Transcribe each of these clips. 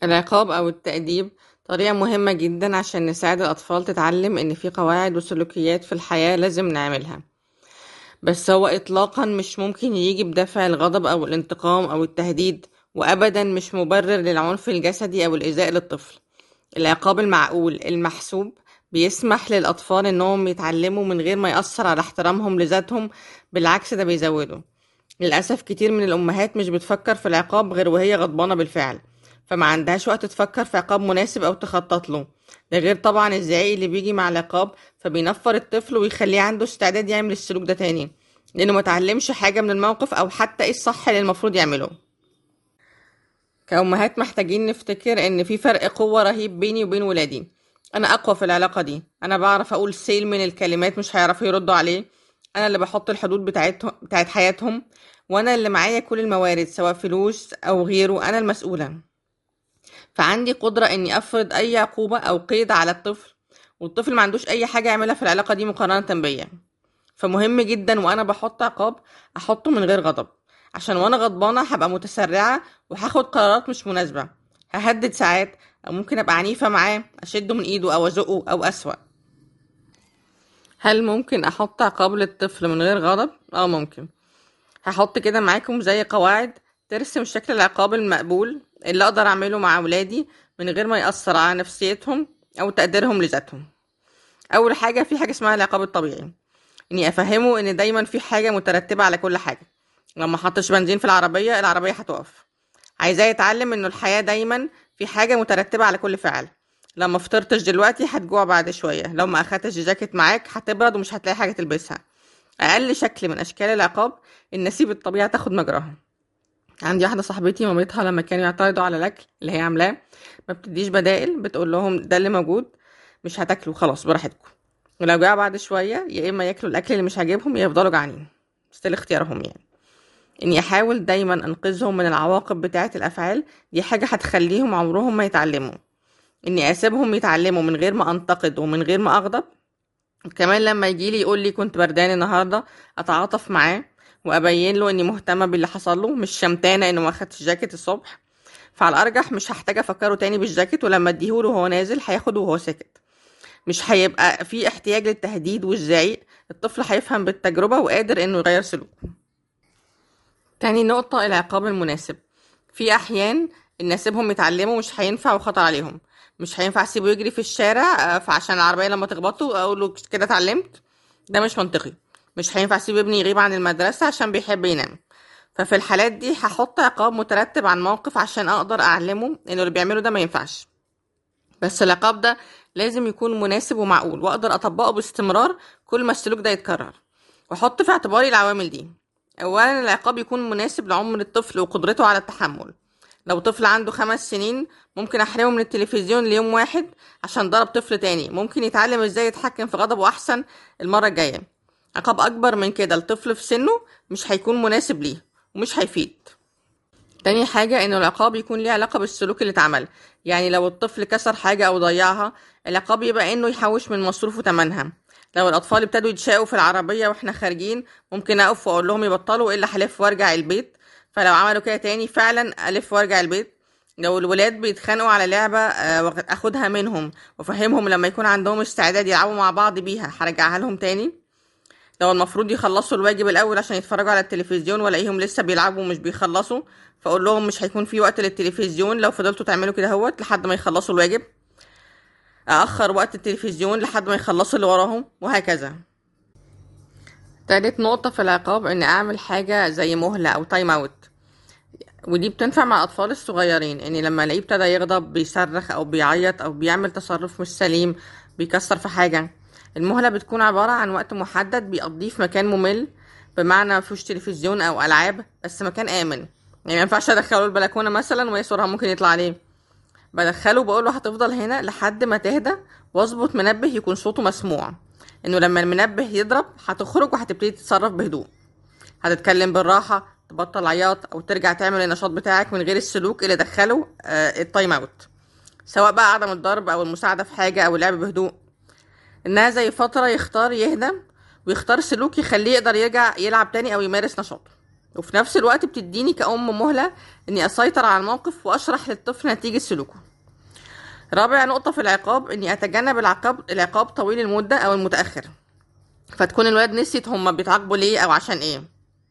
العقاب أو التأديب طريقة مهمة جدا عشان نساعد الأطفال تتعلم إن في قواعد وسلوكيات في الحياة لازم نعملها. بس هو إطلاقا مش ممكن يجي بدافع الغضب أو الانتقام أو التهديد، وأبدا مش مبرر للعنف الجسدي أو الإيذاء للطفل. العقاب المعقول المحسوب بيسمح للأطفال إنهم يتعلموا من غير ما يأثر على احترامهم لذاتهم، بالعكس ده بيزوده. للأسف كتير من الأمهات مش بتفكر في العقاب غير وهي غضبانة بالفعل، فما عندهاش وقت تفكر في عقاب مناسب أو تخطط له. ده غير طبعا الزعيق اللي بيجي مع العقاب، فبينفر الطفل ويخليه عنده استعداد يعمل السلوك ده تاني، لأنه متعلمش حاجة من الموقف أو حتى إيه الصح اللي المفروض يعمله. كأمهات محتاجين نفتكر إن في فرق قوة رهيب بيني وبين ولادي. أنا أقوى في العلاقة دي، أنا بعرف أقول سيل من الكلمات مش هيعرفوا يردوا عليه، أنا اللي بحط الحدود بتاعت حياتهم، وأنا اللي معايا كل الموارد سواء فلوس أو غيره، أنا المسؤولة. فعندي قدرة إني أفرض أي عقوبة أو قيد على الطفل، والطفل ما عندوش أي حاجة يعملها في العلاقة دي مقارنة بيا. فمهم جدا وأنا بحط عقاب أحطه من غير غضب، عشان وأنا غضبانة هبقى متسرعة وهاخد قرارات مش مناسبة، ههدد ساعات، أو ممكن أبقى عنيفة معاه أشده من إيده أو أزقه أو أسوأ. هل ممكن أحط عقاب للطفل من غير غضب؟ ممكن. هحط كده معاكم زي قواعد ترسم شكل العقاب المقبول اللي أقدر أعمله مع أولادي من غير ما يأثر على نفسيتهم أو تقديرهم لذاتهم. أول حاجة، في حاجة اسمها العقاب الطبيعي، إني أفهمه إن دايما في حاجة مترتبة على كل حاجة. لو ما حطش بنزين في العربية هتقف. عايزاه يتعلم إنه الحياة دايما في حاجة مترتبة على كل فعل. لو ما فطرتش دلوقتي هتجوع بعد شوية، لو ما أخدتش جاكيت معاك هتبرد ومش هتلاقي حاجة تلبسها. أقل شكل من أشكال العقاب إن نسيب الطبيعة تاخد مجراها. عندي واحدة صاحبتي مامتها لما كانوا يعترضوا على الأكل اللي هي عاملاه ما بتديش بدائل، بتقول لهم ده اللي موجود، مش هتاكلوا خلاص براحتكم. ولو جاعوا بعد شوية يا إما ياكلوا الأكل اللي مش عاجبهم يا يفضلوا جعانين، ستيل اختيارهم يعني. إني أحاول دايما أنقذهم من العواقب بتاعة الأفعال دي حاجة هتخليهم عمرهم ما يتعلموا. إني أسيبهم يتعلموا من غير ما أنتقد ومن غير ما أغضب. كمان لما يجيلي يقول لي كنت بردان النهارده، اتعاطف معاه وابين له اني مهتمه باللي حصل له، مش شمتانه انه ما اخدش جاكيت الصبح. فعلى الارجح مش هحتاج افكره تاني بالجاكيت، ولما اديهوله وهو نازل هياخده وهو ساكت. مش هيبقى في احتياج للتهديد والزعيق، الطفل هيفهم بالتجربه وقادر انه يغير سلوكه. تاني نقطه، العقاب المناسب. في احيان ان اسيبهم يتعلموا مش هينفع وخطر عليهم. مش هينفع اسيبه يجري في الشارع، فعشان العربيه لما تخبطه اقول له كده اتعلمت. ده مش منطقي. مش هينفع اسيب ابني يغيب عن المدرسة عشان بيحب ينام. ففي الحالات دي هحط عقاب مترتب عن موقف عشان اقدر اعلمه انه اللي بيعمله ده ما ينفعش. بس العقاب ده لازم يكون مناسب ومعقول واقدر اطبقه باستمرار كل ما السلوك ده يتكرر. واحط في اعتباري العوامل دي. اولا، العقاب يكون مناسب لعمر الطفل وقدرته على التحمل. لو طفل عنده 5 سنين ممكن احرمه من التلفزيون ليوم واحد عشان ضرب طفل تاني، ممكن يتعلم ازاي يتحكم في غضبه احسن المرة الجاية. عقاب اكبر من كده لطفل في سنه مش هيكون مناسب ليه ومش هيفيد. تاني حاجة، انه العقاب يكون ليه علاقة بالسلوك اللي اتعمل. يعني لو الطفل كسر حاجة او ضيعها، العقاب يبقى انه يحوش من مصروفه تمنها. لو الاطفال ابتدوا يتشاقوا في العربية واحنا خارجين، ممكن اقف واقول لهم يبطلوا الا هلف وارجع البيت. فلو عملوا كده تاني فعلا الف وارجع البيت. لو الولاد بيتخانقوا على لعبة اخدها منهم وافهمهم لما يكون عندهم استعداد يلعبوا مع بعض بيها هرجعها لهم تاني. لو المفروض يخلصوا الواجب الاول عشان يتفرجوا على التلفزيون والاقيهم لسه بيلعبوا ومش بيخلصوا، فاقول لهم مش هيكون في وقت للتلفزيون لو فضلتوا تعملوا كده هوت لحد ما يخلصوا الواجب. اخر وقت التلفزيون لحد ما يخلصوا اللي وراهم، وهكذا. تالت نقطة في العقاب ان اعمل حاجة زي مهلة او تايم اوت. ودي بتنفع مع الاطفال الصغيرين، اني لما الاقيه ابتدى يغضب بيصرخ او بيعيط او بيعمل تصرف مش سليم، بيكسر في حاجة، المهلة بتكون عبارة عن وقت محدد بيقضيه في مكان ممل، بمعنى مفيهوش تلفزيون او العاب، بس مكان امن. يعني ما ينفعش ادخله البلكونة مثلا ويسورها ممكن يطلع عليه. بدخله بقوله هتفضل هنا لحد ما تهدى، واظبط منبه يكون صوته مسموع، انه لما المنبه يضرب هتخرج وهتبتدي تتصرف بهدوء، هتتكلم بالراحة، تبطل عياط او ترجع تعمل النشاط بتاعك من غير السلوك اللي دخله التايم اوت، سواء بقى عدم الضرب او المساعدة في حاجة او اللعب بهدوء. انها زي فترة يختار يهدى ويختار سلوك يخليه يقدر يرجع يلعب تاني او يمارس نشاطه. وفي نفس الوقت بتديني كأم مهلة اني اسيطر على الموقف واشرح للطفل نتيجة سلوكه. رابع نقطة في العقاب اني اتجنب العقاب طويل المدة او المتأخر، فتكون الولاد نسيت هما بيتعاقبوا ليه او عشان ايه.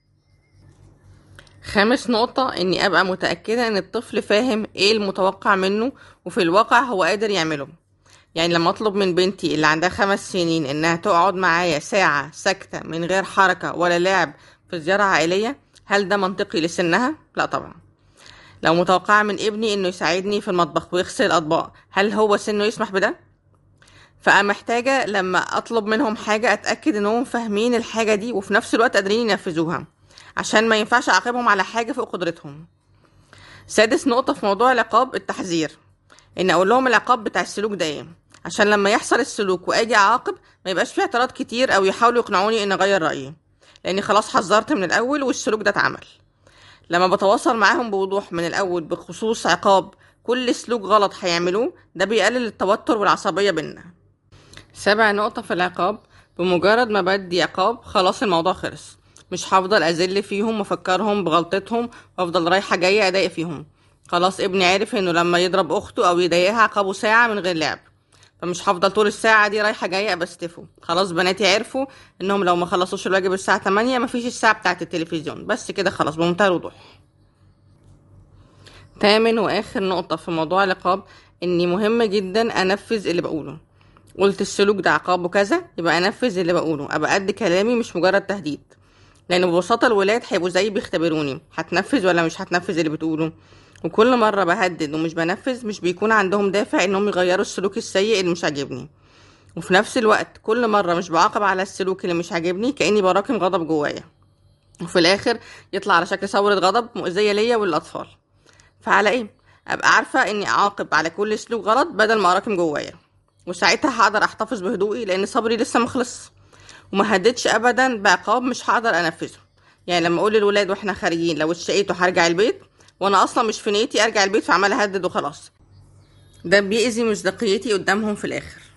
خامس نقطة اني ابقى متأكدة ان الطفل فاهم ايه المتوقع منه وفي الواقع هو قادر يعمله. يعني لما اطلب من بنتي اللي عندها 5 سنين انها تقعد معايا ساعة ساكتة من غير حركة ولا لعب في زيارة عائلية، هل ده منطقي لسنها؟ لا طبعا. لو متوقعة من ابني انه يساعدني في المطبخ ويغسل الاطباق، هل هو سنه يسمح بده؟ فأنا محتاجة لما اطلب منهم حاجة اتأكد انهم فاهمين الحاجة دي وفي نفس الوقت قادرين ينفذوها، عشان ما ينفعش اعاقبهم على حاجة فوق قدرتهم. سادس نقطة في موضوع العقاب التحذير، ان اقول لهم العقاب بتاع السلوك ده ايه، عشان لما يحصل السلوك واجي اعاقب ما يبقاش فيه اعتراض كتير او يحاولوا يقنعوني ان اغير رايي، لاني خلاص حذرت من الاول والسلوك ده اتعمل. لما بتواصل معاهم بوضوح من الاول بخصوص عقاب كل سلوك غلط هيعملوه، ده بيقلل التوتر والعصبية بينا. سابع نقطة في العقاب، بمجرد ما بدي عقاب خلاص الموضوع خلص، مش هفضل اذل فيهم وافكرهم بغلطتهم وافضل رايحة جاية اضايق فيهم. خلاص ابني عارف انه لما يضرب اخته او يضايقها عقابه ساعة من غير لعب، فمش هفضل طول الساعة دي رايحة جاية بستفه. خلاص بناتي عرفوا انهم لو ما خلصوش الواجب الساعة 8 مفيش الساعة بتاعة التلفزيون، بس كده خلاص بمنتهى الوضوح. تامن واخر نقطة في موضوع العقاب، اني مهم جدا انفذ اللي بقوله. قلت السلوك ده عقابه كذا، يبقى انفذ اللي بقوله، ابقى قد كلامي مش مجرد تهديد. لان ببساطة الولاد هيبقوا زي بيختبروني، هتنفذ ولا مش هتنفذ اللي بتقوله. وكل مرة بهدد ومش بنفذ مش بيكون عندهم دافع انهم يغيروا السلوك السيء اللي مش عاجبني. وفي نفس الوقت كل مرة مش بعاقب على السلوك اللي مش عاجبني كأني براكم غضب جوايا، وفي الاخر يطلع على شكل ثورة غضب مؤذية ليا وللأطفال. فعلى ايه؟ ابقى عارفة اني اعاقب على كل سلوك غلط بدل ما اراكم جوايا، وساعتها هقدر احتفظ بهدوئي لان صبري لسه مخلص. وما هددش ابدا بعقاب مش هقدر انفذه. يعني لما اقول للولاد واحنا خارجين لو اتشقيتوا هرجع البيت، وانا اصلا مش في نيتي ارجع البيت فعمال اهدد وخلاص، ده بيأذي مصداقيتي قدامهم في الاخر.